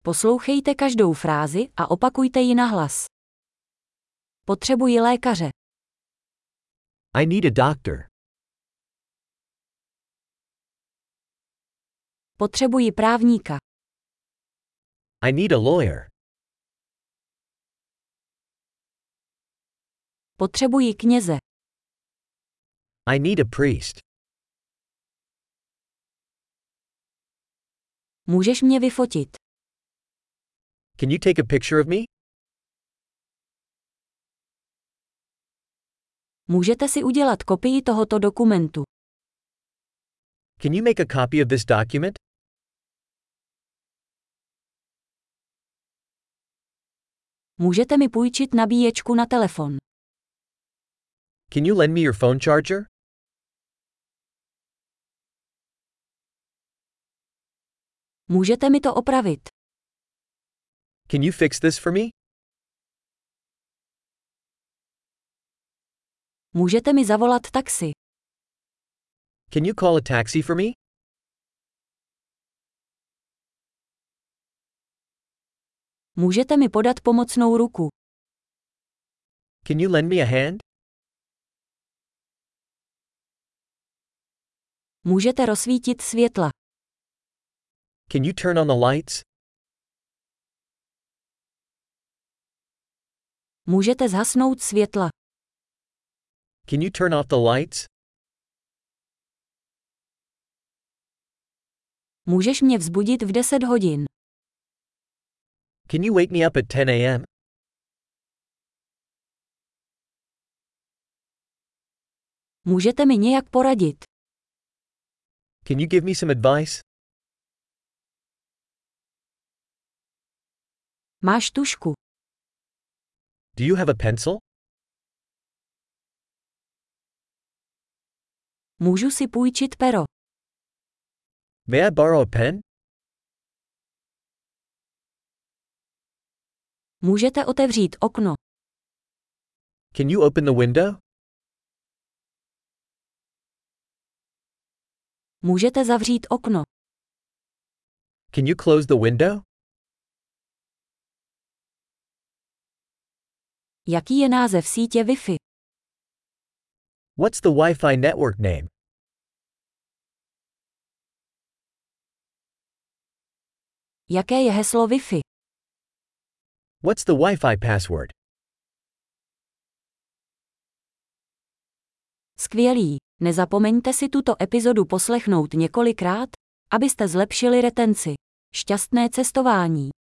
Poslouchejte každou frázi a opakujte ji nahlas. Potřebuji lékaře. I need a doctor. Potřebuji právníka. I need a lawyer. Potřebuji kněze. I need a priest. Můžeš mě vyfotit. Can you take a picture of me? Můžete si udělat kopii tohoto dokumentu. Can you make a copy of this document? Můžete mi půjčit nabíječku na telefon. Can you lend me your phone charger? Můžete mi to opravit. Can you fix this for me? Můžete mi zavolat taxi. Can you call a taxi for me? Můžete mi podat pomocnou ruku. Can you lend me a hand? Můžete rozsvítit světla. Can you turn on the lights? Můžete zhasnout světla. Can you turn off the lights? Můžeš mě vzbudit v 10 hodin. Can you wake me up at 10 a.m.? Můžete mi nějak poradit. Can you give me some advice? Máš tužku. Do you have a pencil? Můžu si půjčit pero. May I borrow a pen? Můžete otevřít okno. Can you open the window? Můžete zavřít okno. Can you close the window? Jaký je název sítě Wi-Fi? What's the Wi-Fi network name? Jaké je heslo Wi-Fi? What's the Wi-Fi password? Skvělý. Nezapomeňte si tuto epizodu poslechnout několikrát, abyste zlepšili retenci. Šťastné cestování.